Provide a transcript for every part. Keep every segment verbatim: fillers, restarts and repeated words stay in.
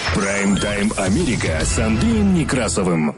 Прайм-тайм Америка с Андреем Некрасовым.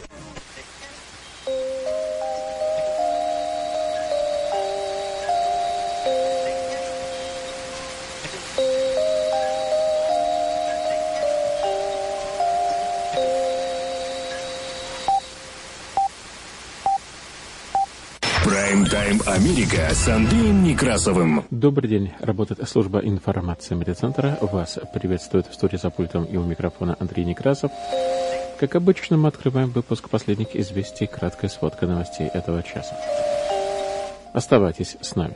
Прайм-тайм Америка с Андреем Некрасовым. Добрый день. Работает служба информации медиацентра. Вас приветствует в студии за пультом и у микрофона Андрей Некрасов. Как обычно, мы открываем выпуск последних известий, краткой сводкой новостей этого часа. Оставайтесь с нами.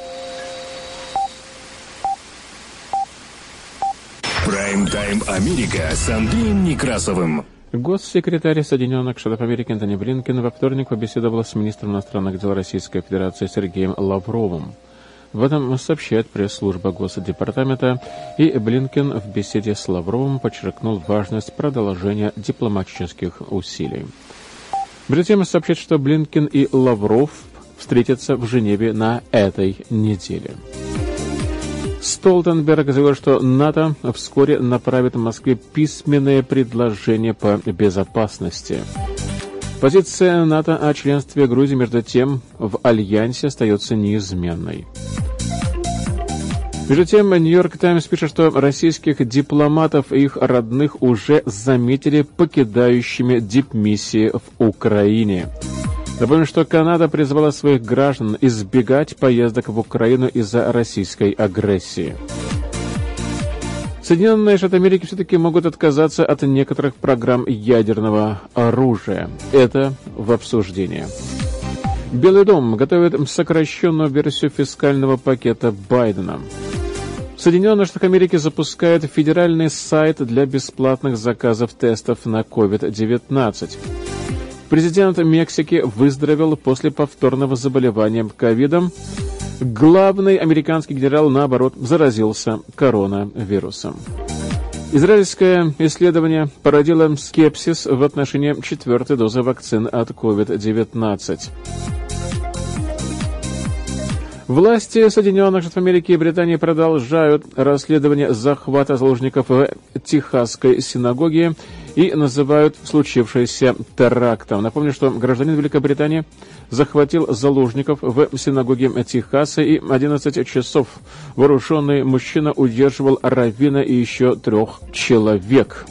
Прайм-тайм Америка с Андреем Некрасовым. Госсекретарь Соединенных Штатов Америки Антони Блинкен во вторник побеседовал с министром иностранных дел Российской Федерации Сергеем Лавровым. В этом сообщает пресс-служба Госдепартамента, и Блинкен в беседе с Лавровым подчеркнул важность продолжения дипломатических усилий. Бюллетень сообщает, что Блинкен и Лавров встретятся в Женеве на этой неделе. Столтенберг заявил, что НАТО вскоре направит в Москве письменное предложение по безопасности. Позиция НАТО о членстве Грузии, между тем, в Альянсе остается неизменной. Между тем, Нью-Йорк Таймс пишет, что российских дипломатов и их родных уже заметили покидающими дипмиссии в Украине. Напомню, что Канада призвала своих граждан избегать поездок в Украину из-за российской агрессии. Соединенные Штаты Америки все-таки могут отказаться от некоторых программ ядерного оружия. Это в обсуждении. Белый дом готовит сокращенную версию фискального пакета Байдена. Соединенные Штаты Америки запускают федеральный сайт для бесплатных заказов тестов на ковид девятнадцать. Президент Мексики выздоровел после повторного заболевания ковидом. Главный американский генерал, наоборот, заразился коронавирусом. Израильское исследование породило скепсис в отношении четвертой дозы вакцин от ковид девятнадцать. Власти Соединенных Штатов Америки и Британии продолжают расследование захвата заложников в Техасской синагоге и называют случившееся терактом. Напомню, что гражданин Великобритании захватил заложников в синагоге Техаса, и одиннадцать часов вооруженный мужчина удерживал раввина и еще трех человек.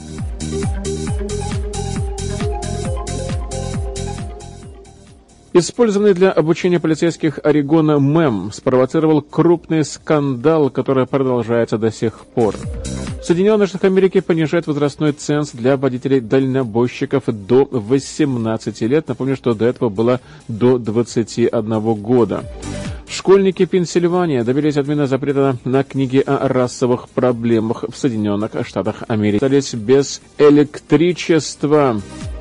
Использованный для обучения полицейских Орегона мем спровоцировал крупный скандал, который продолжается до сих пор. Соединенные Штаты Америки понижают возрастной ценз для водителей-дальнобойщиков до восемнадцати лет. Напомню, что до этого было до двадцати одного года. Школьники Пенсильвании добились отмены запрета на книги о расовых проблемах в Соединенных Штатах Америки. Остались без электричества.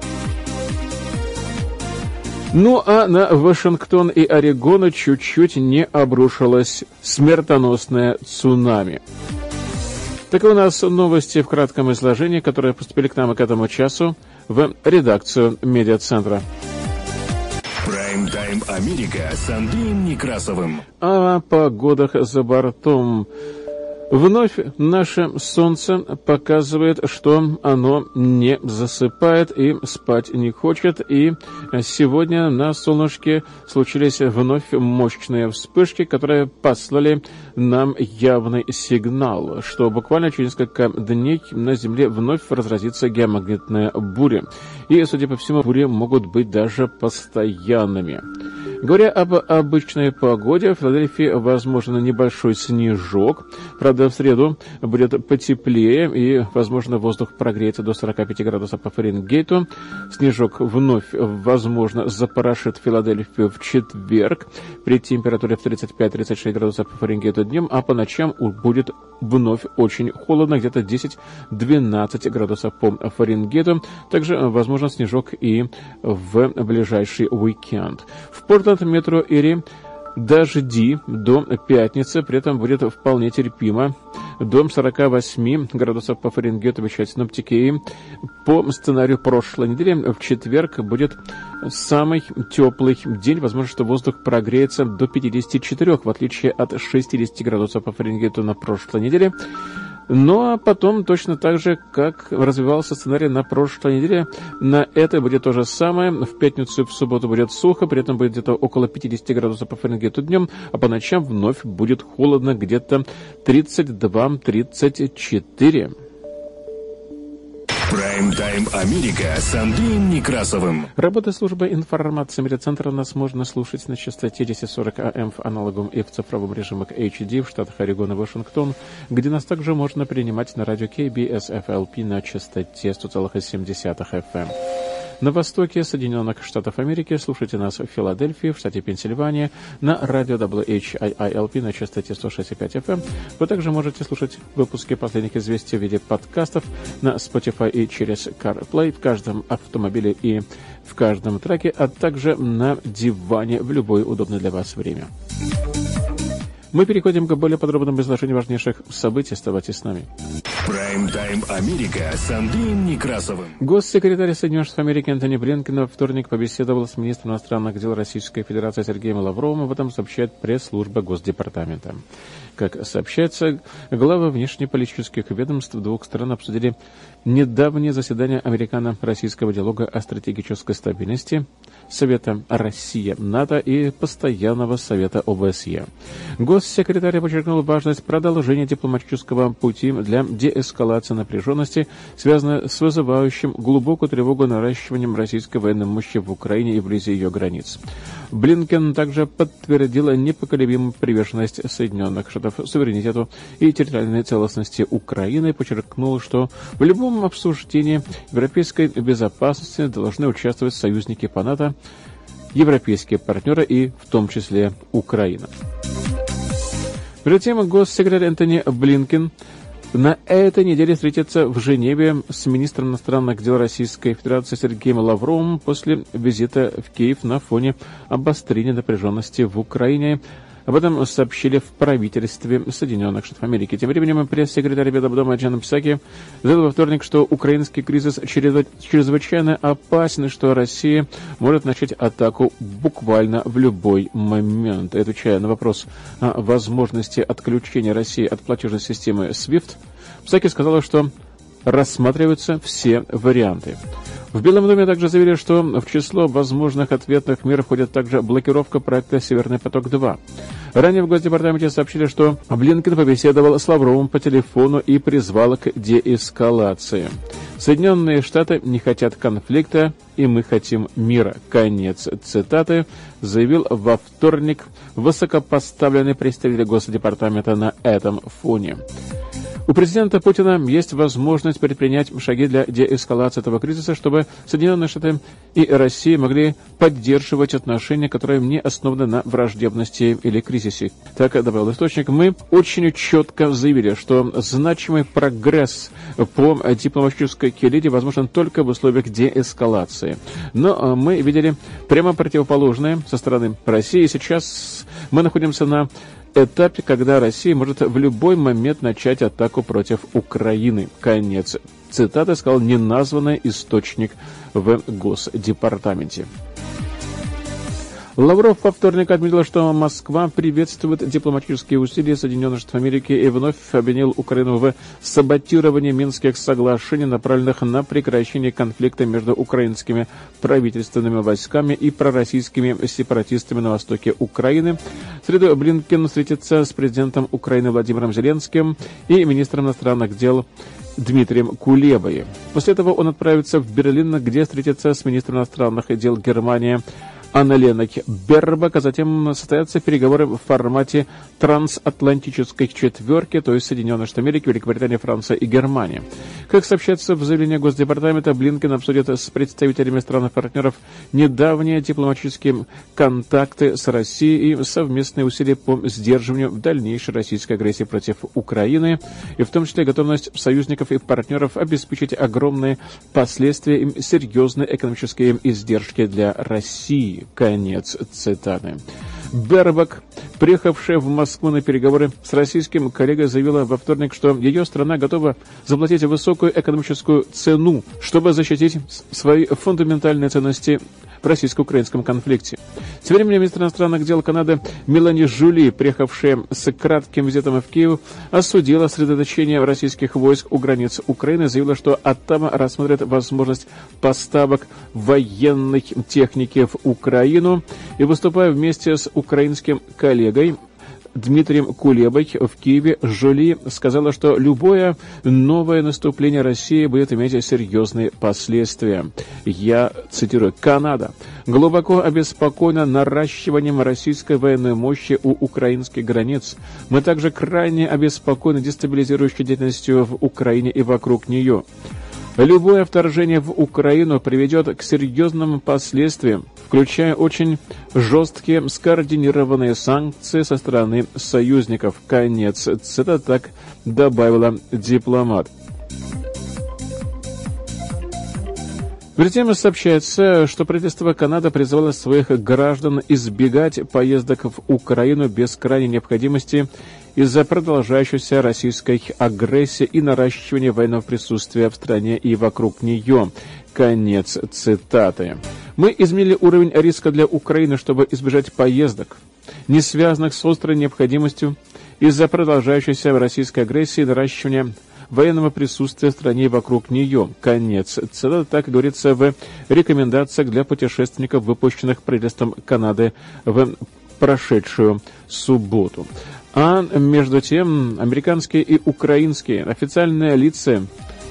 Ну а на Вашингтон и Орегон чуть-чуть не обрушилось смертоносное цунами. Таковы у нас новости в кратком изложении, которые поступили к нам к этому часу в редакцию медиацентра. Прайм-тайм Америка с Андреем Некрасовым. О погодах за бортом. Вновь наше солнце показывает, что оно не засыпает и спать не хочет. И сегодня на солнышке случились вновь мощные вспышки, которые послали нам явный сигнал, что буквально через несколько дней на Земле вновь разразится геомагнитная буря. И, судя по всему, бури могут быть даже постоянными. Говоря об обычной погоде, в Филадельфии возможен небольшой снежок. Правда, в среду будет потеплее и, возможно, воздух прогреется до сорока пяти градусов по Фаренгейту. Снежок вновь, возможно, запорошит Филадельфию в четверг при температуре в тридцать пять - тридцать шесть градусов по Фаренгейту днем, а по ночам будет вновь очень холодно, где-то десять - двенадцать градусов по Фаренгейту. Также возможен снежок и в ближайший уикенд. В Портленд метро Эри дожди до пятницы, при этом будет вполне терпимо. До сорока восьми градусов по Фаренгейту обещают синоптики. И по сценарию прошлой недели в четверг будет самый теплый день. Возможно, что воздух прогреется до пятидесяти четырёх, в отличие от шестидесяти градусов по Фаренгейту на прошлой неделе. Ну а потом, точно так же, как развивался сценарий на прошлой неделе, на это будет то же самое. В пятницу и в субботу будет сухо, при этом будет где-то около пятьдесят градусов по Фаренгейту днем, а по ночам вновь будет холодно, где-то тридцать два - тридцать четыре. Прайм-тайм Америка с Андреем Некрасовым. Работа службы информации медиацентра нас можно слушать на частоте десять сорок АМ в аналоговом и в цифровом режимах эйч ди в штатах Орегон и Вашингтон, где нас также можно принимать на радио кей би эс эф эл пи на частоте сто целых семь десятых эф эм. На востоке Соединенных Штатов Америки слушайте нас в Филадельфии, в штате Пенсильвания, на радио дабл ю эйч ай ай эл пи на частоте сто шесть и пять эф эм. Вы также можете слушать выпуски последних известий в виде подкастов на Spotify и через CarPlay в каждом автомобиле и в каждом треке, а также на диване в любое удобное для вас время. Мы переходим к более подробному изложению важнейших событий. Оставайтесь с нами. Прайм-тайм Америка с Андреем Некрасовым. Госсекретарь Соединенных Штатов Америки Антони Блинкен во вторник побеседовал с министром иностранных дел Российской Федерации Сергеем Лавровым. Об этом сообщает пресс-служба Госдепартамента. Как сообщается, главы внешнеполитических ведомств двух стран обсудили недавнее заседание американо-российского диалога о стратегической стабильности, Совета Россия-НАТО и Постоянного совета о бэ эс е. Госсекретарь подчеркнул важность продолжения дипломатического пути для деэскалации напряженности, связанной с вызывающим глубокую тревогу наращиванием российской военной мощи в Украине и вблизи ее границ. Блинкен также подтвердил непоколебимую приверженность Соединенных Штатов суверенитету и территориальной целостности Украины и подчеркнул, что в любом обсуждении европейской безопасности должны участвовать союзники по НАТО, европейские партнеры и в том числе Украина. Перед тем госсекретарь Антони Блинкен на этой неделе встретится в Женеве с министром иностранных дел Российской Федерации Сергеем Лавровым после визита в Киев на фоне обострения напряженности в Украине. Об этом сообщили в правительстве Соединенных Штатов Америки. Тем временем пресс-секретарь Белого Джан Псаки заявил во вторник, что украинский кризис чрезвычайно опасен, и что Россия может начать атаку буквально в любой момент. Отвечая на вопрос о возможности отключения России от платежной системы свифт, Псаки сказала, что рассматриваются все варианты. В Белом доме также заявили, что в число возможных ответных мер входит также блокировка проекта «Северный поток-два». Ранее в Госдепартаменте сообщили, что Блинкен побеседовал с Лавровым по телефону и призвал к деэскалации. Соединенные Штаты не хотят конфликта, и мы хотим мира. Конец цитаты, заявил во вторник высокопоставленный представитель Госдепартамента на этом фоне. У президента Путина есть возможность предпринять шаги для деэскалации этого кризиса, чтобы Соединенные Штаты и Россия могли поддерживать отношения, которые не основаны на враждебности или кризисе. Так добавил источник, мы очень четко заявили, что значимый прогресс по дипломатической келиде возможен только в условиях деэскалации. Но мы видели прямо противоположное со стороны России. Сейчас мы находимся на этапе, когда Россия может в любой момент начать атаку против Украины. Конец цитаты, сказал неназванный источник в Госдепартаменте. Лавров во вторник отметил, что Москва приветствует дипломатические усилия Соединенных Штатов Америки и вновь обвинил Украину в саботировании Минских соглашений, направленных на прекращение конфликта между украинскими правительственными войсками и пророссийскими сепаратистами на востоке Украины. В среду Блинкен встретится с президентом Украины Владимиром Зеленским и министром иностранных дел Дмитрием Кулебой. После этого он отправится в Берлин, где встретится с министром иностранных дел Германии Анна-Лена Бербак, а затем состоятся переговоры в формате трансатлантической четверки, то есть Соединенных Штатов Америки, Великобритания, Франция и Германия. Как сообщается в заявлении Госдепартамента, Блинкен обсудит с представителями стран-партнеров недавние дипломатические контакты с Россией и совместные усилия по сдерживанию дальнейшей российской агрессии против Украины, и в том числе готовность союзников и партнеров обеспечить огромные последствия и серьезные экономические издержки для России. Конец цитаты. Бербак, приехавшая в Москву на переговоры с российским коллегой, заявила во вторник, что ее страна готова заплатить высокую экономическую цену, чтобы защитить свои фундаментальные ценности в российско-украинском конфликте. Тем временем министр иностранных дел Канады Мелани Жюли, приехавшая с кратким визитом в Киев, осудила сосредоточение российских войск у границ Украины, заявила, что Оттава рассмотрит возможность поставок военной техники в Украину, и, выступая вместе с украинским коллегой Дмитрием Кулебой в Киеве, Жюли сказала, что любое новое наступление России будет иметь серьезные последствия. Я цитирую: «Канада глубоко обеспокоена наращиванием российской военной мощи у украинских границ. Мы также крайне обеспокоены дестабилизирующей деятельностью в Украине и вокруг нее. Любое вторжение в Украину приведет к серьезным последствиям, включая очень жесткие скоординированные санкции со стороны союзников». Конец цитаты, так добавила дипломат. Затем сообщается, что правительство Канады призывало своих граждан избегать поездок в Украину без крайней необходимости из-за продолжающейся российской агрессии и наращивания военного присутствия в стране и вокруг нее. Конец цитаты. «Мы изменили уровень риска для Украины, чтобы избежать поездок, не связанных с острой необходимостью из-за продолжающейся российской агрессии и наращивания военного присутствия в стране и вокруг нее». Конец цитаты, так говорится в рекомендациях для путешественников, выпущенных правительством Канады в прошедшую субботу. А между тем, американские и украинские официальные лица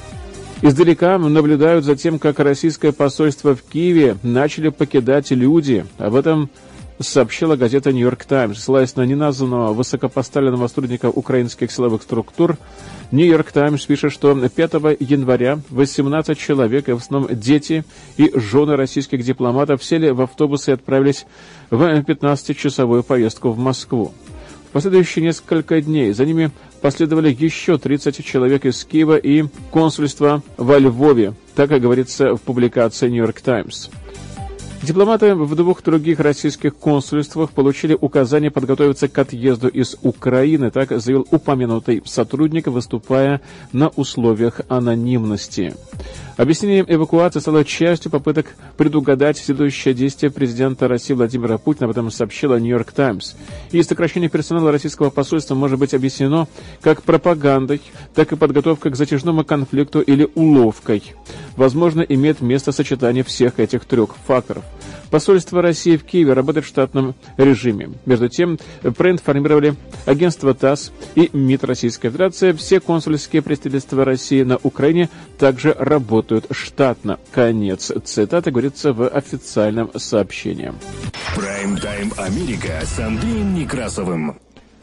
издалека наблюдают за тем, как российское посольство в Киеве начали покидать люди. Об этом сообщила газета «Нью-Йорк Таймс». Ссылаясь на неназванного высокопоставленного сотрудника украинских силовых структур, «Нью-Йорк Таймс» пишет, что пятого января восемнадцать человек, и в основном дети и жены российских дипломатов, сели в автобус и отправились в пятнадцатичасовую поездку в Москву. В последующие несколько дней за ними последовали еще тридцать человек из Киева и консульства во Львове, так и говорится в публикации «Нью-Йорк Таймс». Дипломаты в двух других российских консульствах получили указание подготовиться к отъезду из Украины, так заявил упомянутый сотрудник, выступая на условиях анонимности. Объяснением эвакуации стало частью попыток предугадать следующее действие президента России Владимира Путина, об этом сообщила «Нью-Йорк Таймс». И сокращение персонала российского посольства может быть объяснено как пропагандой, так и подготовкой к затяжному конфликту или уловкой. Возможно, имеет место сочетание всех этих трех факторов. Посольство России в Киеве работает в штатном режиме. Между тем, проинформировали агентство ТАСС и МИД Российской Федерации. Все консульские представительства России на Украине также работают штатно. Конец цитаты, говорится в официальном сообщении. Прайм-тайм Америка с Андреем Некрасовым.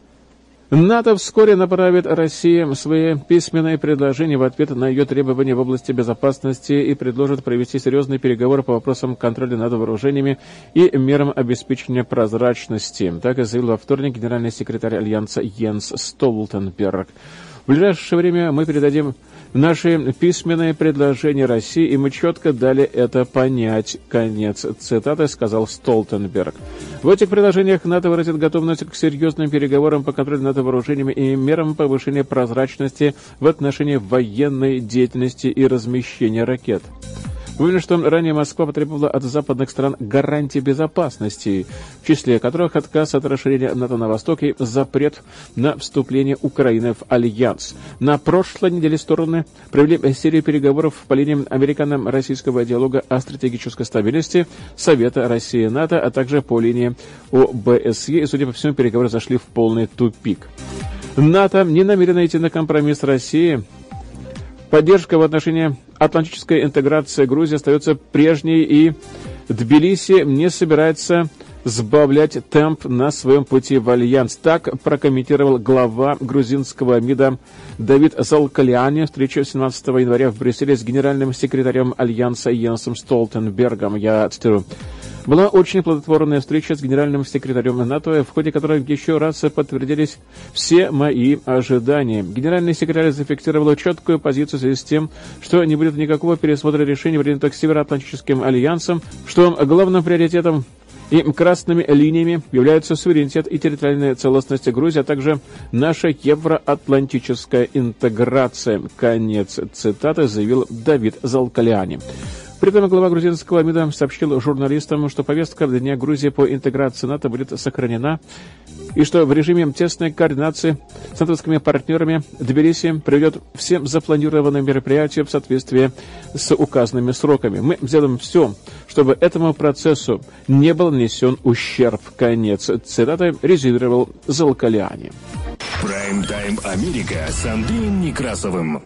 НАТО вскоре направит России свои письменные предложения в ответ на ее требования в области безопасности и предложит провести серьезные переговоры по вопросам контроля над вооружениями и мерам обеспечения прозрачности. Так и заявил во вторник генеральный секретарь Альянса Йенс Столтенберг. В ближайшее время мы передадим наши письменные предложения России, и мы четко дали это понять. Конец цитаты, сказал Столтенберг. В этих предложениях НАТО выразит готовность к серьезным переговорам по контролю над вооружениями и мерам повышения прозрачности в отношении военной деятельности и размещения ракет. Уверен, что ранее Москва потребовала от западных стран гарантий безопасности, в числе которых отказ от расширения НАТО на восток и запрет на вступление Украины в Альянс. На прошлой неделе стороны провели серию переговоров по линиям американо-российского диалога о стратегической стабильности, Совета России и НАТО, а также по линии о бэ эс е, и, судя по всему, переговоры зашли в полный тупик. НАТО не намерено идти на компромисс с Россией. Поддержка в отношении атлантической интеграции Грузии остается прежней, и Тбилиси не собирается сбавлять темп на своем пути в Альянс. Так прокомментировал глава грузинского МИДа Давид Залкаляни встречу семнадцатого января в Брюсселе с генеральным секретарем Альянса Йенсом Столтенбергом. Я цитирую. Была очень плодотворная встреча с генеральным секретарем НАТО, в ходе которой еще раз подтвердились все мои ожидания. Генеральный секретарь зафиксировал четкую позицию в связи с тем, что не будет никакого пересмотра решений, принятых Североатлантическим альянсом, что главным приоритетом и красными линиями являются суверенитет и территориальная целостность Грузии, а также наша евроатлантическая интеграция. Конец цитаты, заявил Давид Залкаляни. При этом глава грузинского МИДа сообщил журналистам, что повестка Дня Грузии по интеграции НАТО будет сохранена, и что в режиме тесной координации с натовскими партнерами Тбилиси проведет все запланированные мероприятия в соответствии с указанными сроками. Мы сделаем все, чтобы этому процессу не был нанесен ущерб. Конец цитаты резюмировал Залкаляни. Прайм-тайм Америка с Андреем Некрасовым.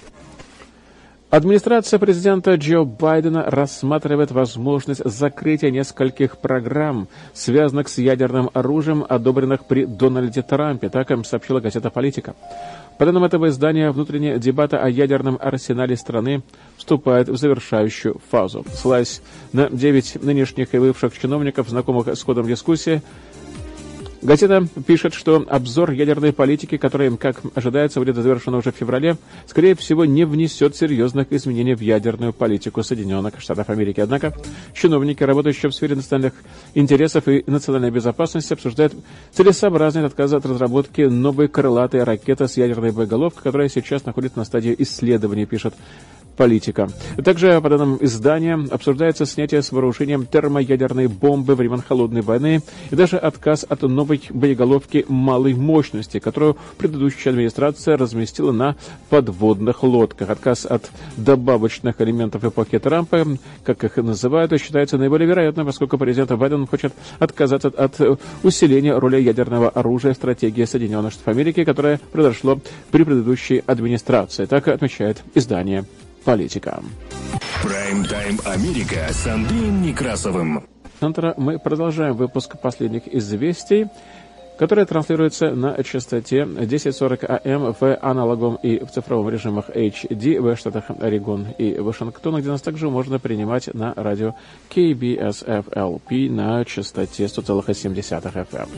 Администрация президента Джо Байдена рассматривает возможность закрытия нескольких программ, связанных с ядерным оружием, одобренных при Дональде Трампе, так им сообщила газета «Политика». По данным этого издания, внутренние дебаты о ядерном арсенале страны вступают в завершающую фазу. Ссылаясь на девять нынешних и бывших чиновников, знакомых с ходом дискуссии, газета пишет, что обзор ядерной политики, который, как ожидается, будет завершен уже в феврале, скорее всего, не внесет серьезных изменений в ядерную политику Соединенных Штатов Америки. Однако чиновники, работающие в сфере национальных интересов и национальной безопасности, обсуждают целесообразность отказа от разработки новой крылатой ракеты с ядерной боеголовкой, которая сейчас находится на стадии исследований, пишет «Политика». Также, по данным издания, обсуждается снятие с вооружением термоядерной бомбы времен Холодной войны и даже отказ от новой боеголовки малой мощности, которую предыдущая администрация разместила на подводных лодках. Отказ от добавочных элементов эпохи Трампа, как их называют, считается наиболее вероятным, поскольку президент Байден хочет отказаться от усиления роли ядерного оружия в стратегии Соединенных Штатов Америки, которое произошло при предыдущей администрации. Так отмечает издание «Политика». Прайм-тайм Америка с Андреем Некрасовым. Центра мы продолжаем выпуск последних известий, которые транслируются на частоте десять сорок АМ в аналоговом и в цифровом режимах эйч ди в штатах Орегон и Вашингтон, где нас также можно принимать на радио кей би эс эф эл пи на частоте сто целых семь десятых эф эм.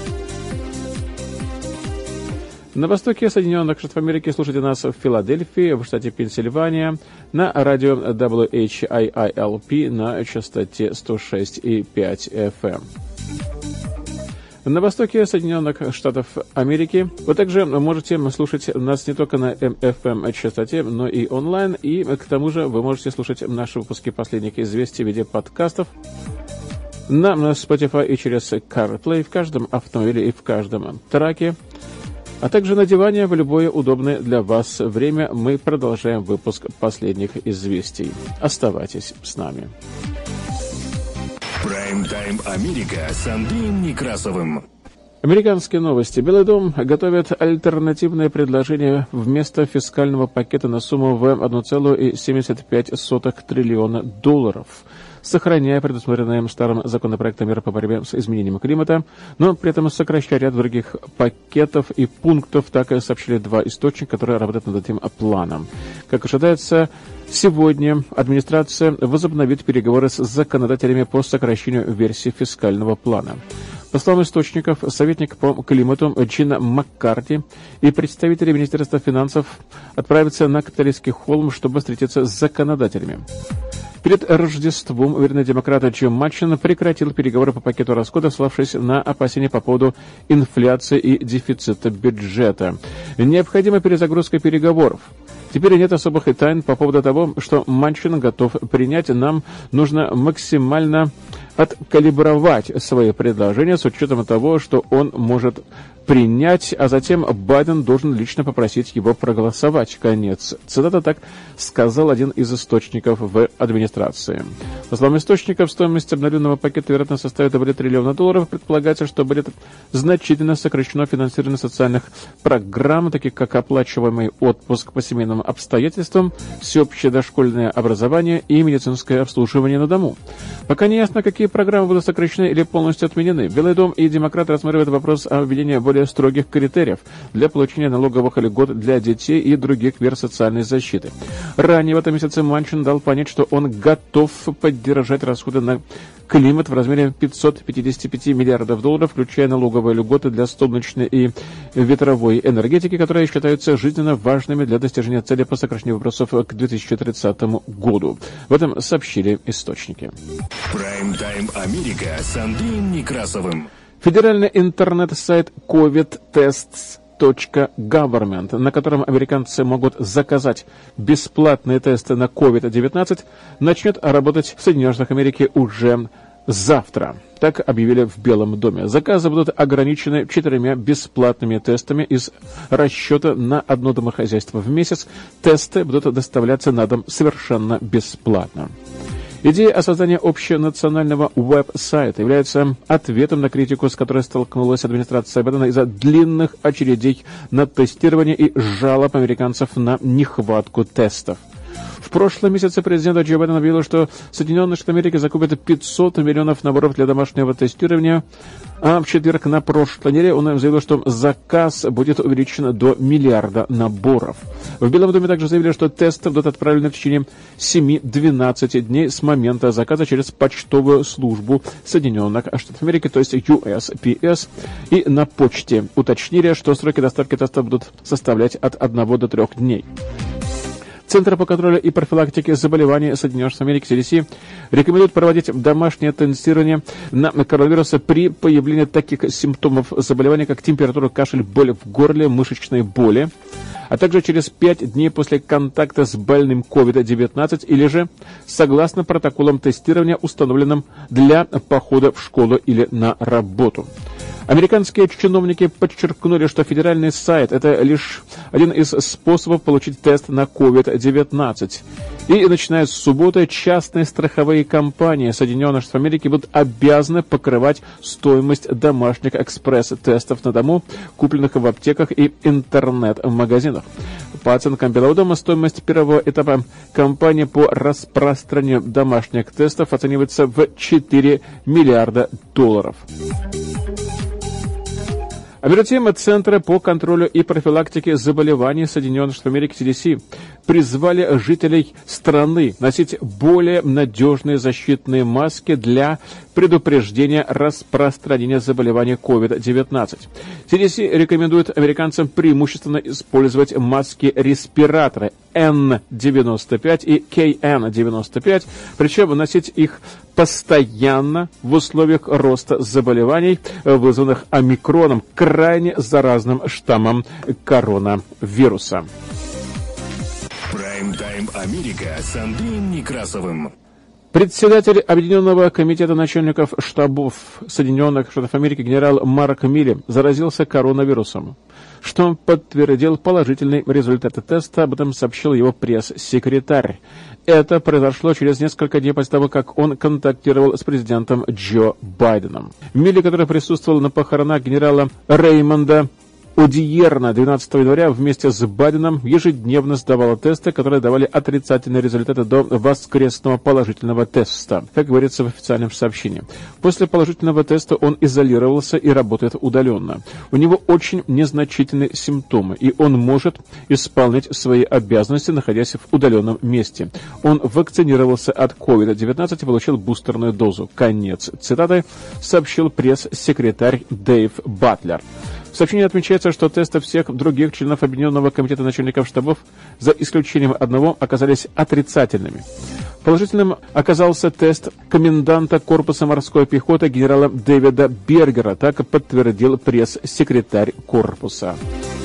На востоке Соединенных Штатов Америки слушайте нас в Филадельфии, в штате Пенсильвания, на радио дабл ю эйч ай ай эл пи на частоте сто шесть и пять эф эм. На востоке Соединенных Штатов Америки вы также можете слушать нас не только на эф эм-частоте, но и онлайн, и к тому же вы можете слушать наши выпуски последних известий в виде подкастов на Spotify и через CarPlay в каждом автомобиле и в каждом траке, а также на диване в любое удобное для вас время. Мы продолжаем выпуск последних известий. Оставайтесь с нами. Прайм-тайм Америка с Андреем Некрасовым. Американские новости. Белый дом готовит альтернативное предложение вместо фискального пакета на сумму в один целых семьдесят пять сотых триллиона долларов, сохраняя предусмотренные старым законопроектом меры по борьбе с изменением климата, но при этом сокращая ряд других пакетов и пунктов, так и сообщили два источника, которые работают над этим планом. Как ожидается, сегодня администрация возобновит переговоры с законодателями по сокращению версии фискального плана. По словам источников, советник по климату Джина Маккарти и представители Министерства финансов отправятся на Капитолийский холм, чтобы встретиться с законодателями. Перед Рождеством верный демократ Джо Матчин прекратил переговоры по пакету расходов, ссылавшись на опасения по поводу инфляции и дефицита бюджета. Необходима перезагрузка переговоров. Теперь нет особых тайн по поводу того, что Матчин готов принять. Нам нужно максимально откалибровать свои предложения с учетом того, что он может принять, а затем Байден должен лично попросить его проголосовать. Конец. Цитата, так сказал один из источников в администрации. По словам источников, стоимость обновленного пакета, вероятно, составит более триллиона долларов. Предполагается, что будет значительно сокращено финансирование социальных программ, таких как оплачиваемый отпуск по семейным обстоятельствам, всеобщее дошкольное образование и медицинское обслуживание на дому. Пока не ясно, какие программы будут сокращены или полностью отменены. Белый дом и демократы рассматривают вопрос о введении более строгих критериев для получения налоговых льгот для детей и других мер социальной защиты. Ранее в этом месяце Манчин дал понять, что он готов поддержать расходы на климат в размере пятьсот пятьдесят пять миллиардов долларов, включая налоговые льготы для солнечной и ветровой энергетики, которые считаются жизненно важными для достижения цели по сокращению выбросов к две тысячи тридцатому году. В этом сообщили источники. Прайм-тайм Америка с Андреем Некрасовым. Федеральный интернет-сайт ковид тест точка гавермент, на котором американцы могут заказать бесплатные тесты на ковид девятнадцать, начнет работать в Соединенных Штатах Америки уже завтра. Так объявили в Белом доме. Заказы будут ограничены четырьмя бесплатными тестами из расчета на одно домохозяйство в месяц. Тесты будут доставляться на дом совершенно бесплатно. Идея о создании общенационального веб-сайта является ответом на критику, с которой столкнулась администрация Байдена из-за длинных очередей на тестирование и жалоб американцев на нехватку тестов. В прошлом месяце президент Джо Байден объявил, что Соединенные Штаты Америки закупят пятьсот миллионов наборов для домашнего тестирования, а в четверг на прошлой неделе он заявил, что заказ будет увеличен до миллиарда наборов. В Белом доме также заявили, что тесты будут отправлены в течение семи-двенадцати дней с момента заказа через почтовую службу Соединенных Штатов Америки, то есть ю эс пи эс, и на почте. Уточнили, что сроки доставки тестов будут составлять от одного до трех дней. Центр по контролю и профилактике заболеваний Соединенных Штатов Америки си ди си рекомендует проводить домашнее тестирование на коронавирус при появлении таких симптомов заболевания, как температура, кашель, боль в горле, мышечные боли, а также через пять дней после контакта с больным ковид девятнадцать или же согласно протоколам тестирования, установленным для похода в школу или на работу. Американские чиновники подчеркнули, что федеральный сайт – это лишь один из способов получить тест на ковид девятнадцать. И начиная с субботы частные страховые компании Соединенных Штатов Америки будут обязаны покрывать стоимость домашних экспресс-тестов на дому, купленных в аптеках и интернет-магазинах. По оценкам Белого дома, стоимость первого этапа кампании по распространению домашних тестов оценивается в четыре миллиарда долларов. А между тем, Центры по контролю и профилактике заболеваний Соединенных Штатов Америки си ди си призвали жителей страны носить более надежные защитные маски для предупреждения распространения заболевания ковид девятнадцать. си ди си рекомендует американцам преимущественно использовать маски-респираторы эн девяносто пять и кей эн девяносто пять, причем носить их постоянно в условиях роста заболеваний, вызванных омикроном, крайне заразным штаммом коронавируса. Прайм-тайм Америка с Андреем Некрасовым. Председатель Объединенного комитета начальников штабов Соединенных Штатов Америки генерал Марк Милли заразился коронавирусом, что подтвердил положительный результат теста, об этом сообщил его пресс-секретарь. Это произошло через несколько дней после того, как он контактировал с президентом Джо Байденом. Милли, который присутствовал на похоронах генерала Реймонда Одиерна двенадцатого января вместе с Байденом, ежедневно сдавала тесты, которые давали отрицательные результаты до воскресного положительного теста, как говорится в официальном сообщении. После положительного теста он изолировался и работает удаленно. У него очень незначительные симптомы, и он может исполнять свои обязанности, находясь в удаленном месте. Он вакцинировался от ковид девятнадцать и получил бустерную дозу. Конец цитаты, сообщил пресс-секретарь Дэйв Батлер. В сообщении отмечается, что тесты всех других членов Объединенного комитета начальников штабов, за исключением одного, оказались отрицательными. Положительным оказался тест коменданта корпуса морской пехоты генерала Дэвида Бергера, так подтвердил пресс-секретарь корпуса.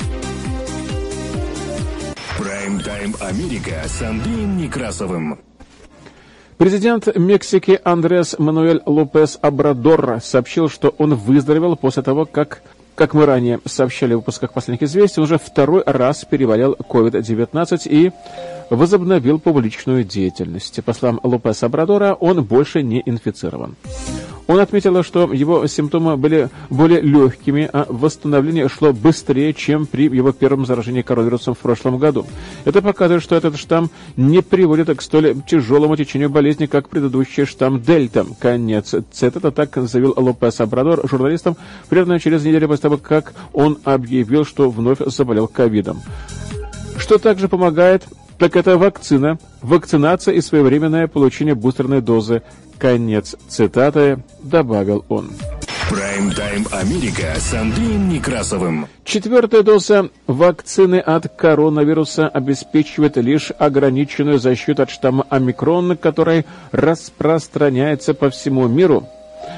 Прайм-тайм Америка с Андреем Некрасовым. Президент Мексики Андрес Мануэль Лопес Обрадор сообщил, что он выздоровел после того, как Как мы ранее сообщали в выпусках последних известий, уже второй раз переболел ковид девятнадцать и возобновил публичную деятельность. По словам Лопеса Обрадора, он больше не инфицирован. Он отметил, что его симптомы были более легкими, а восстановление шло быстрее, чем при его первом заражении коронавирусом в прошлом году. Это показывает, что этот штамм не приводит к столь тяжелому течению болезни, как предыдущий штамм Дельта. Конец цитаты, так заявил Лопес Обрадор журналистам примерно через неделю после того, как он объявил, что вновь заболел ковидом. Что также помогает, так это вакцина, вакцинация и своевременное получение бустерной дозы. Конец цитаты, добавил он. Прайм-тайм Америка с Андреем Некрасовым. Четвертая доза вакцины от коронавируса обеспечивает лишь ограниченную защиту от штамма омикрон, который распространяется по всему миру.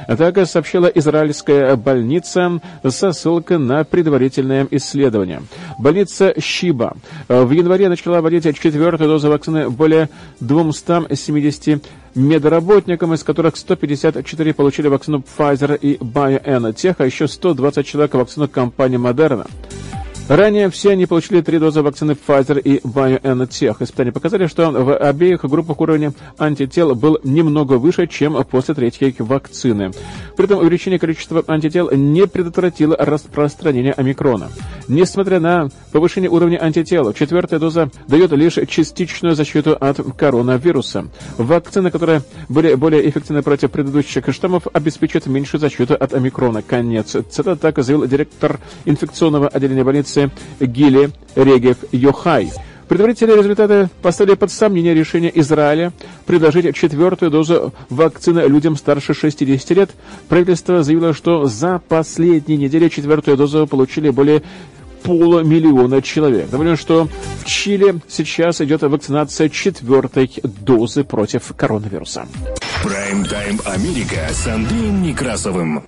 Так сообщила израильская больница со ссылкой на предварительное исследование. Больница Шиба в январе начала вводить четвертую дозу вакцины более двумстам семидесяти медработникам, из которых сто пятьдесят четыре получили вакцину Pfizer и BioNTech, а еще сто двадцать человек вакцину компании Moderna. Ранее все они получили три дозы вакцины Pfizer и BioNTech. Испытания показали, что в обеих группах уровень антител был немного выше, чем после третьей вакцины. При этом увеличение количества антител не предотвратило распространение омикрона. Несмотря на повышение уровня антител, четвертая доза дает лишь частичную защиту от коронавируса. Вакцины, которые были более эффективны против предыдущих штаммов, обеспечат меньшую защиту от омикрона. Конец цитаты, так заявил директор инфекционного отделения больницы Гили Регев Йохай. Предварительные результаты поставили под сомнение решение Израиля предложить четвертую дозу вакцины людям старше шестидесяти лет. Правительство заявило, что за последние недели четвертую дозу получили более полумиллиона человек. Напомню, что в Чили сейчас идет вакцинация четвертой дозы против коронавируса. Прайм-тайм Америка с Андреем Некрасовым.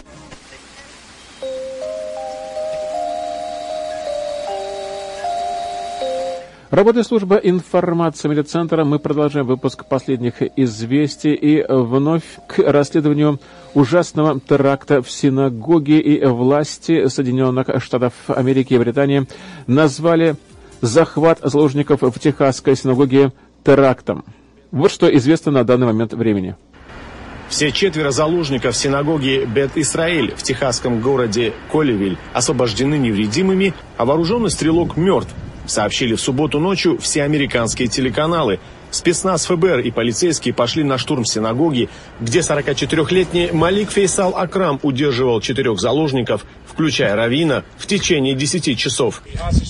Работает служба информации медиацентра. Мы продолжаем выпуск последних известий и вновь к расследованию ужасного теракта в синагоге. И власти Соединенных Штатов Америки и Британии назвали захват заложников в техасской синагоге терактом. Вот что известно на данный момент времени. Все четверо заложников синагоги Бет-Исраэль в техасском городе Колливиль освобождены невредимыми, а вооруженный стрелок мертв, сообщили в субботу ночью все американские телеканалы. Спецназ ФБР и полицейские пошли на штурм синагоги, где сорокачетырехлетний Малик Фейсал Акрам удерживал четырех заложников, включая раввина, в течение десяти часов.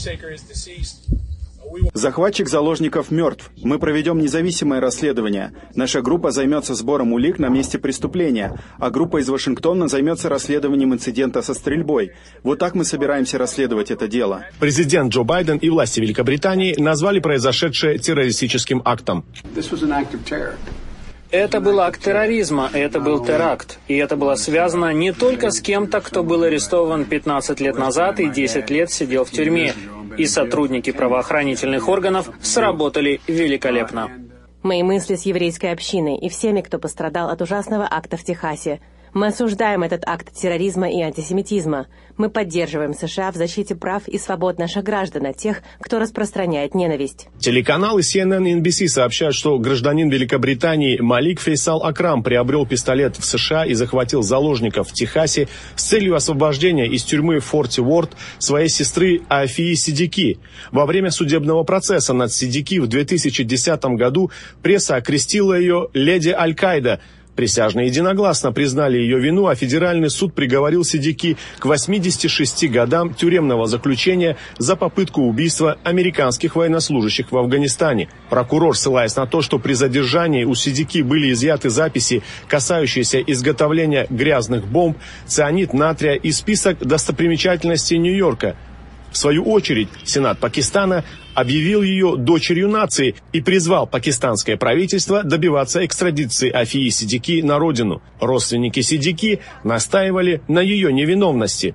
Захватчик заложников мертв. Мы проведем независимое расследование. Наша группа займется сбором улик на месте преступления, а группа из Вашингтона займется расследованием инцидента со стрельбой. Вот так мы собираемся расследовать это дело. Президент Джо Байден и власти Великобритании назвали произошедшее террористическим актом. Это был акт терроризма, это был теракт. И это было связано не только с кем-то, кто был арестован пятнадцать лет назад и десять лет сидел в тюрьме. И сотрудники правоохранительных органов сработали великолепно. Мои мысли с еврейской общиной и всеми, кто пострадал от ужасного акта в Техасе. Мы осуждаем этот акт терроризма и антисемитизма. Мы поддерживаем США в защите прав и свобод наших граждан от тех, кто распространяет ненависть. Телеканалы Си Эн Эн и Эн Би Си сообщают, что гражданин Великобритании Малик Фейсал Акрам приобрел пистолет в США и захватил заложников в Техасе с целью освобождения из тюрьмы Форти Уорд своей сестры Афии Сиддики. Во время судебного процесса над Сиддики в две тысячи десятом году пресса окрестила ее «Леди Аль-Каида». Присяжные единогласно признали ее вину, а федеральный суд приговорил Сиддики к восьмидесяти шести годам тюремного заключения за попытку убийства американских военнослужащих в Афганистане. Прокурор, ссылаясь на то, что при задержании у Сиддики были изъяты записи, касающиеся изготовления грязных бомб, цианид натрия и список достопримечательностей Нью-Йорка. В свою очередь, Сенат Пакистана объявил ее дочерью нации и призвал пакистанское правительство добиваться экстрадиции Афии Сиддики на родину. Родственники Сиддики настаивали на ее невиновности.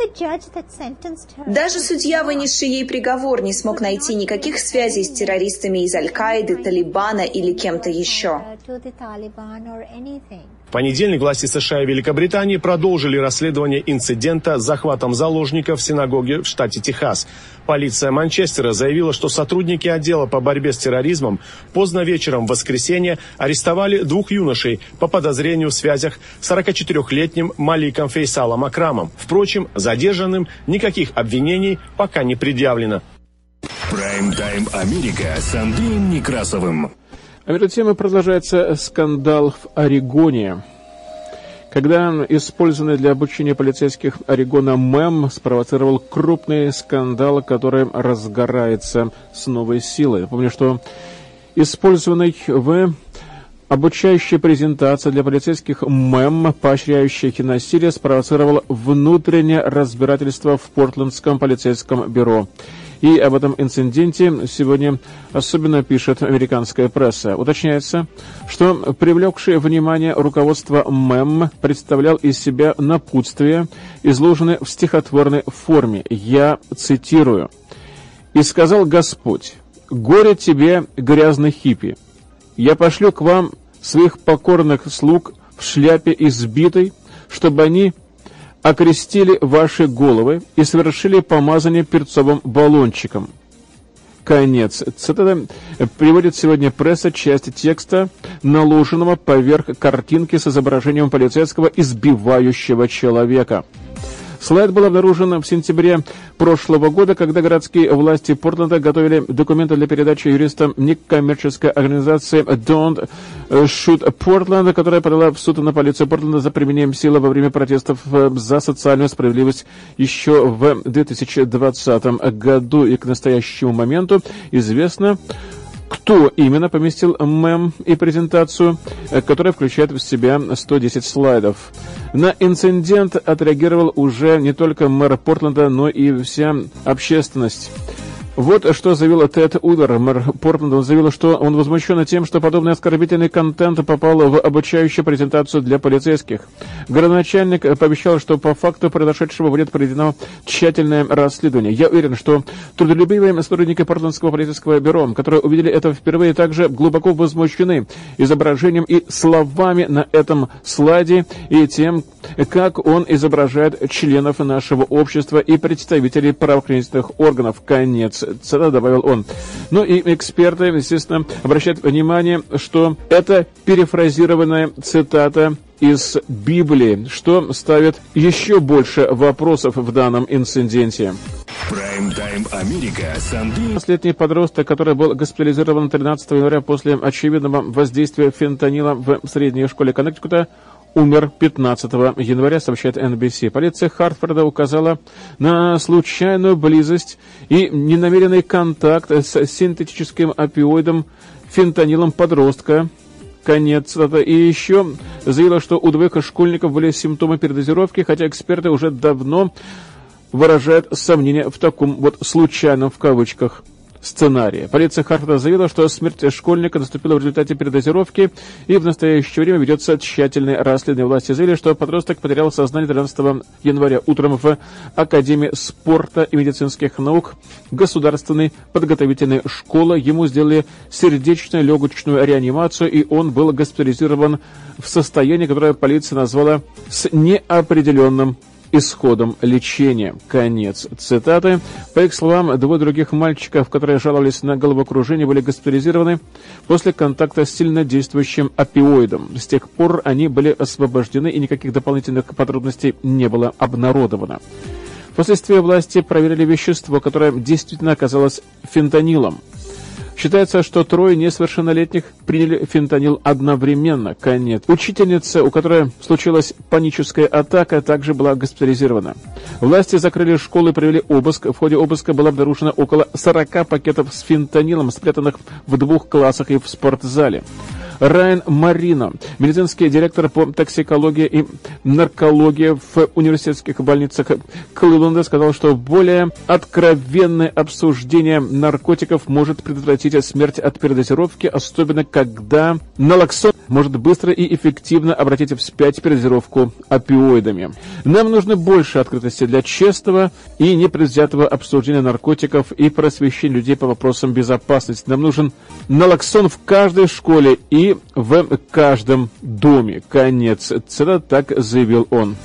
Даже судья, вынесший ей приговор, не смог найти никаких связей с террористами из Аль-Каиды, Талибана или кем-то еще. В понедельник власти США и Великобритании продолжили расследование инцидента с захватом заложников в синагоге в штате Техас. Полиция Манчестера заявила, что сотрудники отдела по борьбе с терроризмом поздно вечером в воскресенье арестовали двух юношей по подозрению в связях с сорокачетырехлетним Маликом Фейсалом Акрамом. Впрочем, задержанным никаких обвинений пока не предъявлено. Прайм-тайм Америка с Андреем Некрасовым. А между тем продолжается скандал в Орегоне, когда использованный для обучения полицейских Орегона мем спровоцировал крупный скандал, который разгорается с новой силой. Напомню, что использованный в обучающей презентации для полицейских мем, поощряющий насилие, спровоцировал внутреннее разбирательство в Портлендском полицейском бюро. И об этом инциденте сегодня особенно пишет американская пресса. Уточняется, что привлекшее внимание руководство МЭМ представлял из себя напутствие, изложенное в стихотворной форме. Я цитирую. «И сказал Господь, горе тебе, грязный хиппи, я пошлю к вам своих покорных слуг в шляпе избитой, чтобы они окрестили ваши головы и совершили помазание перцовым баллончиком». Конец. Цитата приводит сегодня пресса часть текста, наложенного поверх картинки с изображением полицейского, избивающего человека. Слайд был обнаружен в сентябре прошлого года, когда городские власти Портленда готовили документы для передачи юристам некоммерческой организации Don't Shoot Portland, которая подала в суд на полицию Портленда за применением силы во время протестов за социальную справедливость еще в две тысячи двадцатом году. И к настоящему моменту известно, кто именно поместил мем и презентацию, которая включает в себя сто десять слайдов. На инцидент отреагировал уже не только мэр Портленда, но и вся общественность. Вот что заявил Тед Уиллер, мэр Портленда. Он заявил, что он возмущен тем, что подобный оскорбительный контент попал в обучающую презентацию для полицейских. Городоначальник пообещал, что по факту произошедшего будет проведено тщательное расследование. Я уверен, что трудолюбивые сотрудники Портлендского полицейского бюро, которые увидели это впервые, также глубоко возмущены изображением и словами на этом слайде и тем, как он изображает членов нашего общества и представителей правоохранительных органов. Конец. Цитата, добавил он. Ну и эксперты, естественно, обращают внимание, что это перефразированная цитата из Библии, что ставит еще больше вопросов в данном инциденте. Прайм-тайм Америка с Андреем. Последний подросток, который был госпитализирован тринадцатого января после очевидного воздействия фентанила в средней школе Коннектикута, умер пятнадцатого января, сообщает эн би си. Полиция Хартфорда указала на случайную близость и ненамеренный контакт с синтетическим опиоидом фентанилом подростка. Конец цитаты. И еще заявила, что у двоих школьников были симптомы передозировки, хотя эксперты уже давно выражают сомнения в таком вот случайном, в кавычках, сценария. Полиция Хартфорда заявила, что смерть школьника наступила в результате передозировки, и в настоящее время ведется тщательное расследование. Власти заявили, что подросток потерял сознание тринадцатого января утром в Академии спорта и медицинских наук государственной подготовительной школы. Ему сделали сердечную легочную реанимацию, и он был госпитализирован в состоянии, которое полиция назвала с неопределенным исходом лечения. Конец цитаты. По их словам, двое других мальчиков, которые жаловались на головокружение, были госпитализированы после контакта с сильнодействующим опиоидом. С тех пор они были освобождены, и никаких дополнительных подробностей не было обнародовано. Впоследствии власти проверили вещество, которое действительно оказалось фентанилом. Считается, что трое несовершеннолетних приняли фентанил одновременно. Конец. Учительница, у которой случилась паническая атака, также была госпитализирована. Власти закрыли школу и провели обыск. В ходе обыска было обнаружено около сорока пакетов с фентанилом, спрятанных в двух классах и в спортзале. Райан Марино, медицинский директор по токсикологии и наркологии в университетских больницах Кливленда, сказал, что более откровенное обсуждение наркотиков может предотвратить смерть от передозировки, особенно когда налоксон может быстро и эффективно обратить вспять передозировку опиоидами. Нам нужно больше открытости для честного и непредвзятого обсуждения наркотиков и просвещения людей по вопросам безопасности. Нам нужен налоксон в каждой школе и в каждом доме. Конец цитаты, так заявил он.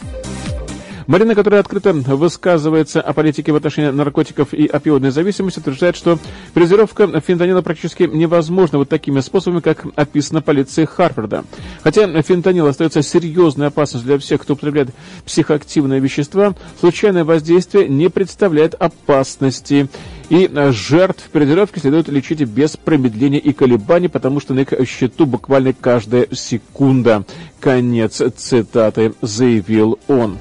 Марина, которая открыто высказывается о политике в отношении наркотиков и опиоидной зависимости, утверждает, что передозировка фентанила практически невозможна вот такими способами, как описано полицией Хартфорда. Хотя фентанил остается серьезной опасностью для всех, кто употребляет психоактивные вещества, случайное воздействие не представляет опасности. И жертв передозировки следует лечить без промедления и колебаний, потому что на их счету буквально каждая секунда. Конец цитаты, заявил он.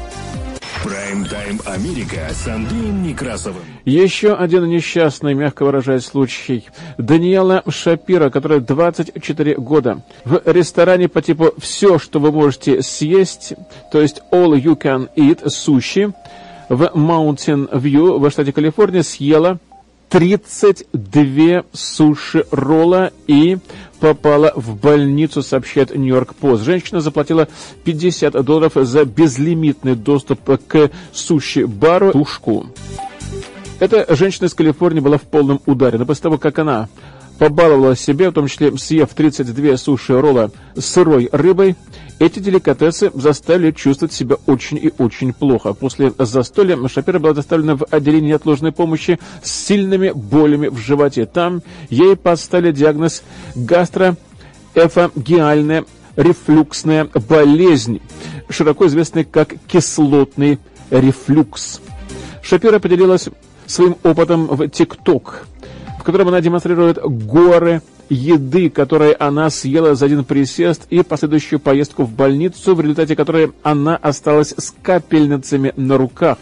Прайм-тайм Америка с Андреем Некрасовым. Еще один несчастный, мягко выражаясь, случай. Даниэла Шапиро, которая двадцать четыре года, в ресторане по типу «все, что вы можете съесть», то есть all you can eat, суши, в Маунтин-Вью в штате Калифорния съела тридцать два суши-ролла и попала в больницу, сообщает Нью-Йорк Пост. Женщина заплатила пятьдесят долларов за безлимитный доступ к суши-бару «Тушку». Эта женщина из Калифорнии была в полном ударе, но после того, как она побаловала себя, в том числе съев тридцать два суши-ролла с сырой рыбой, эти деликатесы заставили чувствовать себя очень и очень плохо. После застолья Шапира была доставлена в отделение неотложной помощи с сильными болями в животе. Там ей поставили диагноз гастроэфагеальная рефлюксная болезнь, широко известная как кислотный рефлюкс. Шапира поделилась своим опытом в ТикТок, в котором она демонстрирует горы еды, которые она съела за один присест, и последующую поездку в больницу, в результате которой она осталась с капельницами на руках.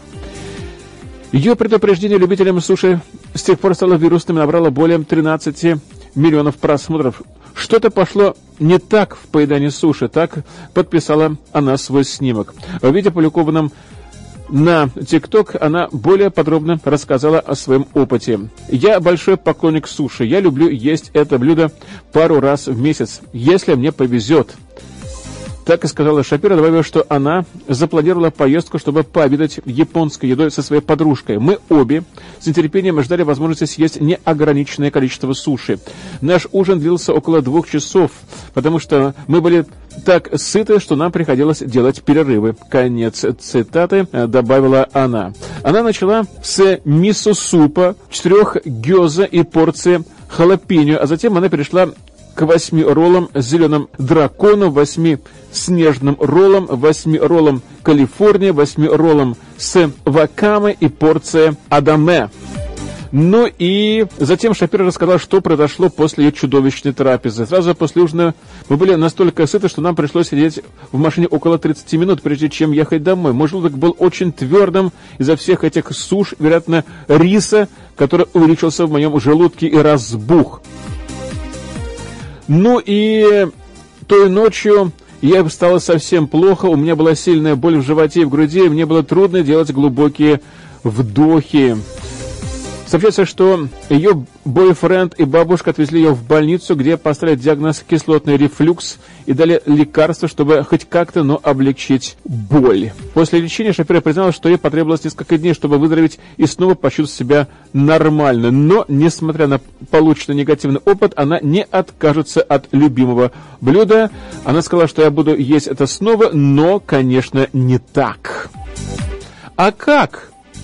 Ее предупреждение любителям суши с тех пор стало вирусным и набрало более тринадцати миллионов просмотров. Что-то пошло не так в поедании суши, так подписала она свой снимок. В видео, опубликованном на ТикТок, она более подробно рассказала о своем опыте. «Я большой поклонник суши. Я люблю есть это блюдо пару раз в месяц, если мне повезет». Так и сказала Шапира, добавив, что она запланировала поездку, чтобы пообедать японской едой со своей подружкой. «Мы обе с нетерпением ждали возможности съесть неограниченное количество суши. Наш ужин длился около двух часов, потому что мы были так сыты, что нам приходилось делать перерывы». Конец цитаты, добавила она. Она начала с мисо-супа, четырех гёза и порции халапеньо, а затем она перешла к восьми роллам с зеленым драконом, восьми снежным роллом, восьми роллам Калифорния, восьми роллам с вакаме и порция адаме. Ну и затем Шапира рассказала, что произошло после ее чудовищной трапезы. Сразу после ужина мы были настолько сыты, что нам пришлось сидеть в машине около тридцати минут, прежде чем ехать домой. Мой желудок был очень твердым из-за всех этих суш, вероятно, риса, который увеличился в моем желудке и разбух. Ну и той ночью я стало совсем плохо, у меня была сильная боль в животе и в груди, и мне было трудно делать глубокие вдохи. Сообщается, что ее бойфренд и бабушка отвезли ее в больницу, где поставили диагноз кислотный рефлюкс и дали лекарства, чтобы хоть как-то, но облегчить боль. После лечения Шапира призналась, что ей потребовалось несколько дней, чтобы выздороветь и снова почувствовать себя нормально. Но, несмотря на полученный негативный опыт, она не откажется от любимого блюда. Она сказала, что я буду есть это снова, но, конечно, не так. А как?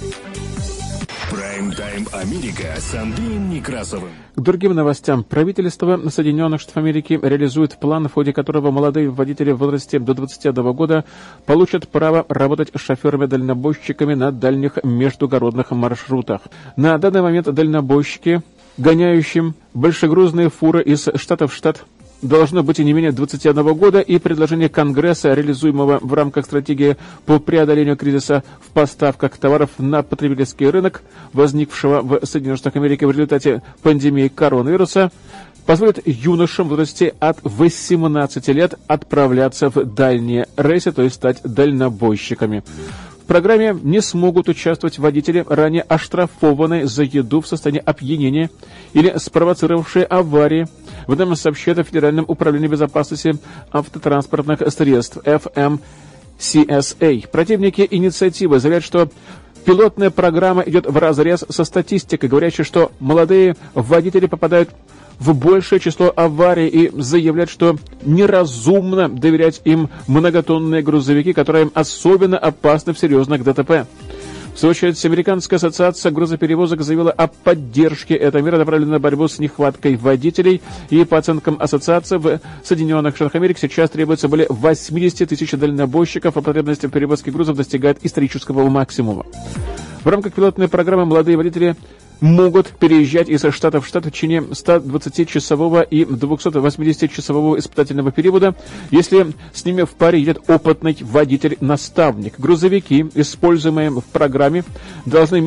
Прайм-тайм Америка с Андреем Некрасовым. К другим новостям. Правительство Соединенных Штатов Америки реализует план, в ходе которого молодые водители в возрасте до двадцати одного года получат право работать шоферами-дальнобойщиками на дальних междугородных маршрутах. На данный момент дальнобойщики, гоняющим большегрузные фуры из штата в штат, должно быть и не менее двадцати одного года, и предложение Конгресса, реализуемого в рамках стратегии по преодолению кризиса в поставках товаров на потребительский рынок, возникшего в Соединенных Штатах Америки в результате пандемии коронавируса, позволит юношам в возрасте от восемнадцати лет отправляться в дальние рейсы, то есть стать дальнобойщиками. В программе не смогут участвовать водители, ранее оштрафованные за еду в состоянии опьянения или спровоцировавшие аварии. В этом сообщает о Федеральном управлении безопасности автотранспортных средств эф эм си эс эй. Противники инициативы заявляют, что пилотная программа идет вразрез со статистикой, говорящей, что молодые водители попадают в большее число аварий, и заявляют, что неразумно доверять им многотонные грузовики, которые особенно опасны в серьезных ДТП. В свою очередь, Американская ассоциация грузоперевозок заявила о поддержке этой меры, направленной на борьбу с нехваткой водителей. И по оценкам ассоциации, в Соединенных Штатах Америки сейчас требуется более восьмидесяти тысяч дальнобойщиков, а потребность в перевозке грузов достигает исторического максимума. В рамках пилотной программы молодые водители могут переезжать из штата в штат в течение ста двадцатичасового и двухсотвосьмидесятичасового испытательного периода, если с ними в паре едет опытный водитель-наставник. Грузовики, используемые в программе, должны иметь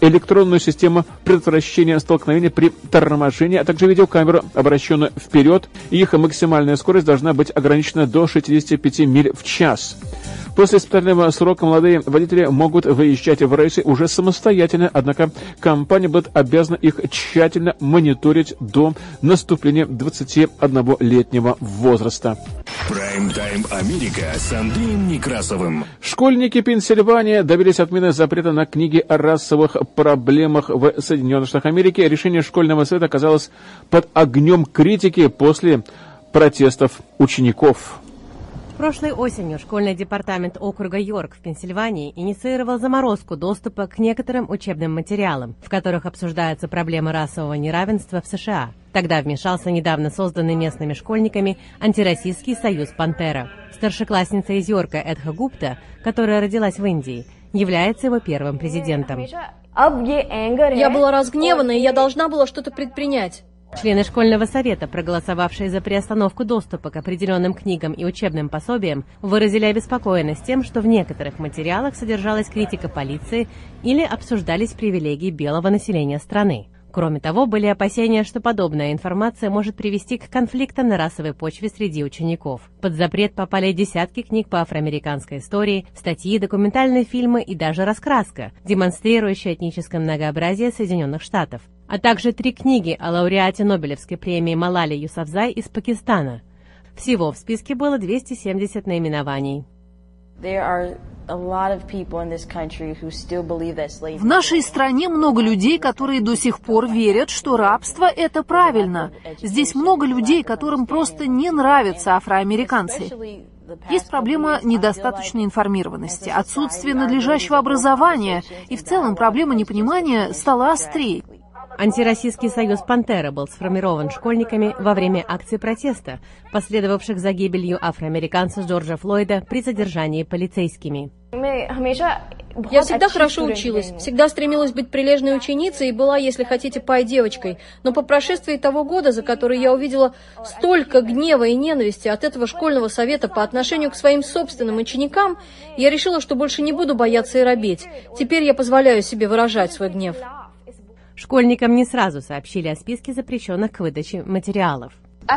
электронную систему предотвращения столкновения при торможении, а также видеокамеру, обращенную вперед. Их максимальная скорость должна быть ограничена до шестидесяти пяти миль в час. После испытательного срока молодые водители могут выезжать в рейсы уже самостоятельно, однако компания будет обязана их тщательно мониторить до наступления двадцатиоднолетнего возраста. Прайм-тайм Америка с Андреем Некрасовым. Школьники Пенсильвании добились отмены запрета на книги о расовых проблемах в Соединенных Штатах Америки. Решение школьного совета оказалось под огнем критики после протестов учеников. Прошлой осенью школьный департамент округа Йорк в Пенсильвании инициировал заморозку доступа к некоторым учебным материалам, в которых обсуждаются проблемы расового неравенства в США. Тогда вмешался недавно созданный местными школьниками антироссийский союз «Пантера». Старшеклассница из Йорка Эдха Гупта, которая родилась в Индии, является его первым президентом. Я была разгневана, и я должна была что-то предпринять. Члены школьного совета, проголосовавшие за приостановку доступа к определенным книгам и учебным пособиям, выразили обеспокоенность тем, что в некоторых материалах содержалась критика полиции или обсуждались привилегии белого населения страны. Кроме того, были опасения, что подобная информация может привести к конфликтам на расовой почве среди учеников. Под запрет попали десятки книг по афроамериканской истории, статьи, документальные фильмы и даже раскраска, демонстрирующая этническое многообразие Соединенных Штатов, а также три книги о лауреате Нобелевской премии Малале Юсафзай из Пакистана. Всего в списке было двести семьдесят наименований. В нашей стране много людей, которые до сих пор верят, что рабство – это правильно. Здесь много людей, которым просто не нравятся афроамериканцы. Есть проблема недостаточной информированности, отсутствие надлежащего образования, и в целом проблема непонимания стала острее. Антироссийский союз «Пантера» был сформирован школьниками во время акций протеста, последовавших за гибелью афроамериканца Джорджа Флойда при задержании полицейскими. Я всегда хорошо училась, всегда стремилась быть прилежной ученицей и была, если хотите, пай-девочкой. Но по прошествии того года, за который я увидела столько гнева и ненависти от этого школьного совета по отношению к своим собственным ученикам, я решила, что больше не буду бояться и робеть. Теперь я позволяю себе выражать свой гнев. Школьникам не сразу сообщили о списке запрещенных к выдаче материалов.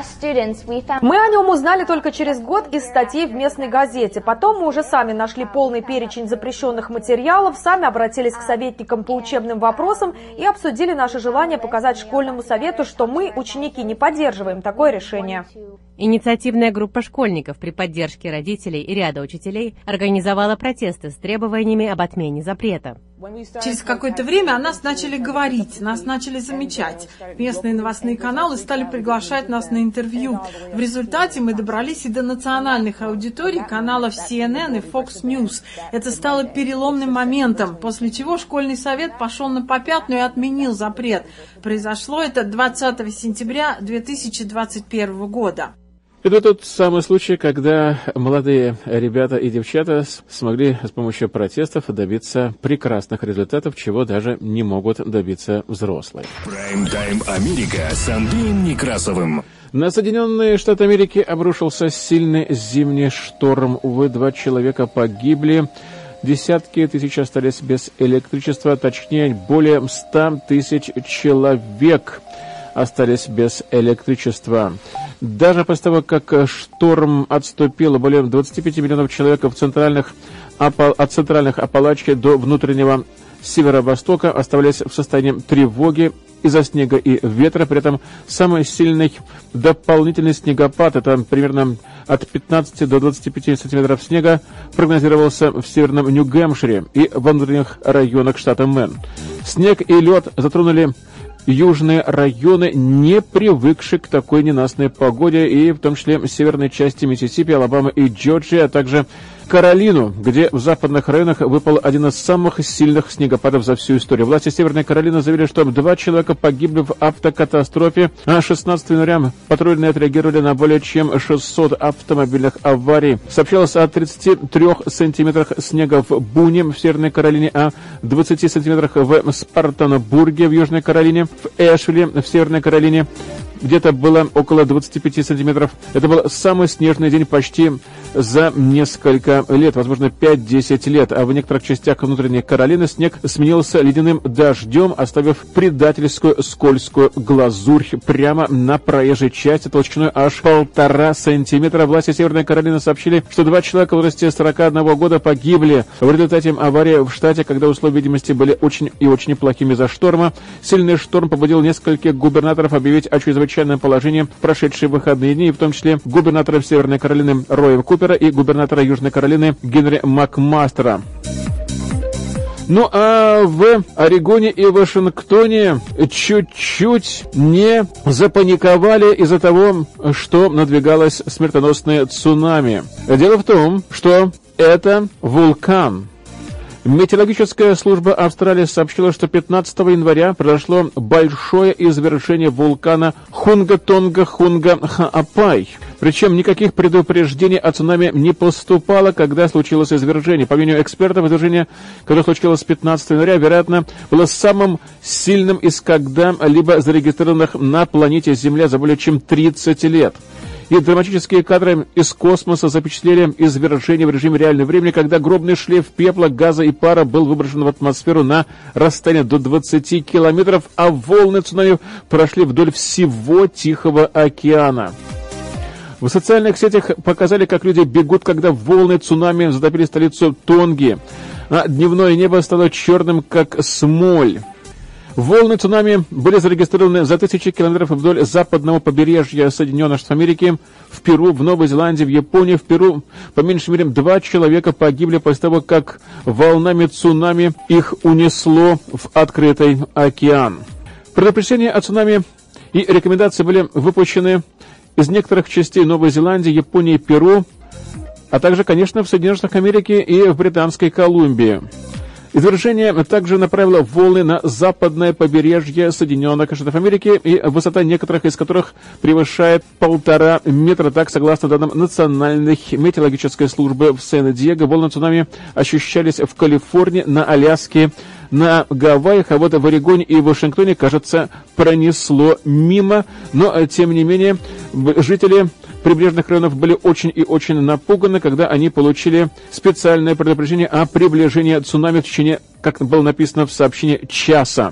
Мы о нем узнали только через год из статей в местной газете. Потом мы уже сами нашли полный перечень запрещенных материалов, сами обратились к советникам по учебным вопросам и обсудили наше желание показать школьному совету, что мы, ученики, не поддерживаем такое решение. Инициативная группа школьников при поддержке родителей и ряда учителей организовала протесты с требованиями об отмене запрета. Через какое-то время о нас начали говорить, нас начали замечать. Местные новостные каналы стали приглашать нас на интервью. В результате мы добрались и до национальных аудиторий каналов си эн эн и Fox News. Это стало переломным моментом, после чего школьный совет пошел на попятную и отменил запрет. Произошло это двадцатого сентября две тысячи двадцать первого года. Это тот самый случай, когда молодые ребята и девчата смогли с помощью протестов добиться прекрасных результатов, чего даже не могут добиться взрослые. Прайм-тайм Америка с Андреем Некрасовым. На Соединенные Штаты Америки обрушился сильный зимний шторм. Увы, два человека погибли. Десятки тысяч остались без электричества, точнее, более ста тысяч человек остались без электричества. Даже после того, как шторм отступил, более двадцати пяти миллионов человек в центральных, от центральных Апалачей до внутреннего северо-востока оставались в состоянии тревоги из-за снега и ветра. При этом самый сильный дополнительный снегопад, это примерно от пятнадцати до двадцати пяти сантиметров снега, прогнозировался в северном Нью-Гэмпшире и во внутренних районах штата Мэн. Снег и лед затронули южные районы, не привыкшие к такой ненастной погоде, и в том числе северной части Миссисипи, Алабамы и Джорджии, а также Каролину, где в западных районах выпал один из самых сильных снегопадов за всю историю. Власти Северной Каролины заявили, что два человека погибли в автокатастрофе, а шестнадцатого января патрульные отреагировали на более чем шестьсот автомобильных аварий. Сообщалось о тридцати трёх сантиметрах снега в Буне в Северной Каролине, о двадцати сантиметрах в Спартанбурге в Южной Каролине, в Эшвилле в Северной Каролине где-то было около двадцати пяти сантиметров. Это был самый снежный день почти за несколько несколько лет, возможно, пять-десять лет, а в некоторых частях внутренней Каролины снег сменился ледяным дождем, оставив предательскую скользкую глазурь прямо на проезжей части толщиной аж полтора сантиметра. Власти Северной Каролины сообщили, что два человека в возрасте сорока одного года погибли в результате аварии в штате, когда условия видимости были очень и очень плохими из-за шторма. Сильный шторм побудил нескольких губернаторов объявить о чрезвычайном положении в прошедшие выходные дни, в том числе губернаторов Северной Каролины Роя Купера и губернатора Южной Каролины Генри Макмастера. Ну а в Орегоне и Вашингтоне чуть-чуть не запаниковали из-за того, что надвигалось смертоносное цунами. Дело в том, что это вулкан. Метеорологическая служба Австралии сообщила, что пятнадцатого января произошло большое извержение вулкана Хунга-Тонга-Хунга-Хаапай. Причем никаких предупреждений о цунами не поступало, когда случилось извержение. По мнению экспертов, извержение, которое случилось пятнадцатого января, вероятно, было самым сильным из когда-либо зарегистрированных на планете Земля за более чем тридцать лет. И драматические кадры из космоса запечатлели извержение в режиме реального времени, когда гробный шлейф пепла, газа и пара был выброшен в атмосферу на расстояние до двадцати километров, а волны цунами прошли вдоль всего Тихого океана. В социальных сетях показали, как люди бегут, когда волны цунами затопили столицу Тонги, а дневное небо стало черным, как смоль. Волны цунами были зарегистрированы за тысячи километров вдоль западного побережья Соединенных Штатов Америки, в Перу, в Новой Зеландии, в Японии. В Перу, по меньшей мере, два человека погибли после того, как волнами цунами их унесло в открытый океан. Предупреждения о цунами и рекомендации были выпущены из некоторых частей Новой Зеландии, Японии, Перу, а также, конечно, в Соединенных Штатах Америки и в Британской Колумбии. Извержение также направило волны на западное побережье Соединенных Штатов Америки, и высота некоторых из которых превышает полтора метра. Так, согласно данным Национальной метеорологической службы в Сан-Диего, волны цунами ощущались в Калифорнии, на Аляске, на Гавайях, а вот в Орегоне и Вашингтоне, кажется, пронесло мимо. Но, тем не менее, жители прибрежных районов были очень и очень напуганы, когда они получили специальное предупреждение о приближении цунами в течение, как было написано в сообщении, часа.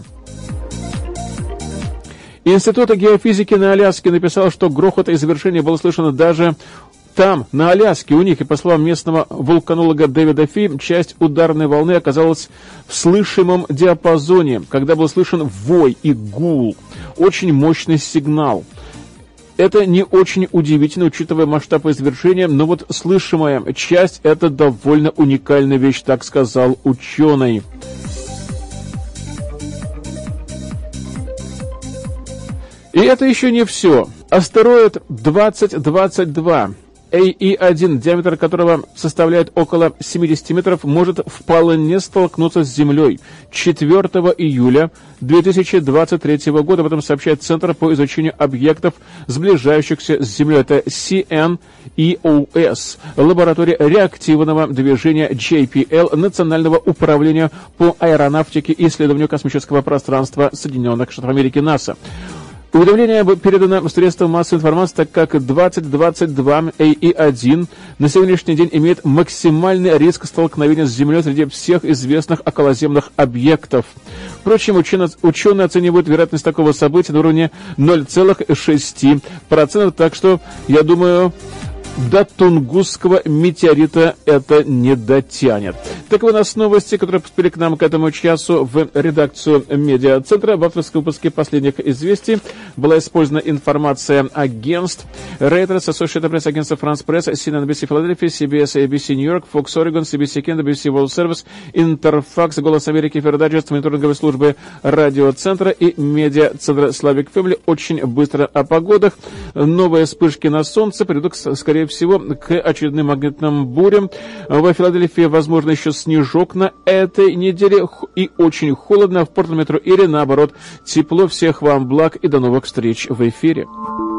Институт геофизики на Аляске написал, что грохот извержения был слышен даже там, на Аляске. У них, и по словам местного вулканолога Дэвида Фи, часть ударной волны оказалась в слышимом диапазоне, когда был слышен вой и гул. Очень мощный сигнал. Это не очень удивительно, учитывая масштаб извержения, но вот слышимая часть – это довольно уникальная вещь, так сказал ученый. И это еще не все. Астероид двадцать двадцать два, эй и один, диаметр которого составляет около семидесяти метров, может вполне столкнуться с Землей четвёртого июля две тысячи двадцать третьего года. Об этом сообщает Центр по изучению объектов, сближающихся с Землей. Это си эн и о эс, лаборатория реактивного движения джей пи эл, Национального управления по аэронавтике и исследованию космического пространства Соединенных Штатов Америки, НАСА. Уведомление передано в средства массовой информации, так как двадцать двадцать два эй и один на сегодняшний день имеет максимальный риск столкновения с Землей среди всех известных околоземных объектов. Впрочем, ученые, ученые оценивают вероятность такого события на уровне ноль целых шесть десятых процента, так что, я думаю, до Тунгусского метеорита это не дотянет. Таковы у нас новости, которые поступили к нам к этому часу в редакцию медиацентра. В авторском выпуске последних известий была использована информация агентств Reuters, Associated Press, агентство France Press, си эн эн би си Philadelphia, си би эс эй би си New York, Fox Oregon, си би си Canada, би би си World Service, Interfax, Голос Америки, Фердайджест, мониторинговой службы радиоцентра и медиацентра Slavic Family. Очень быстро о погодах. Новые вспышки на солнце приведут, скорее всего, к очередным магнитным бурям. Во Филадельфии, возможно, еще снежок на этой неделе и очень холодно. В Портленд, метро Ири, наоборот, тепло. Всех вам благ и до новых встреч в эфире.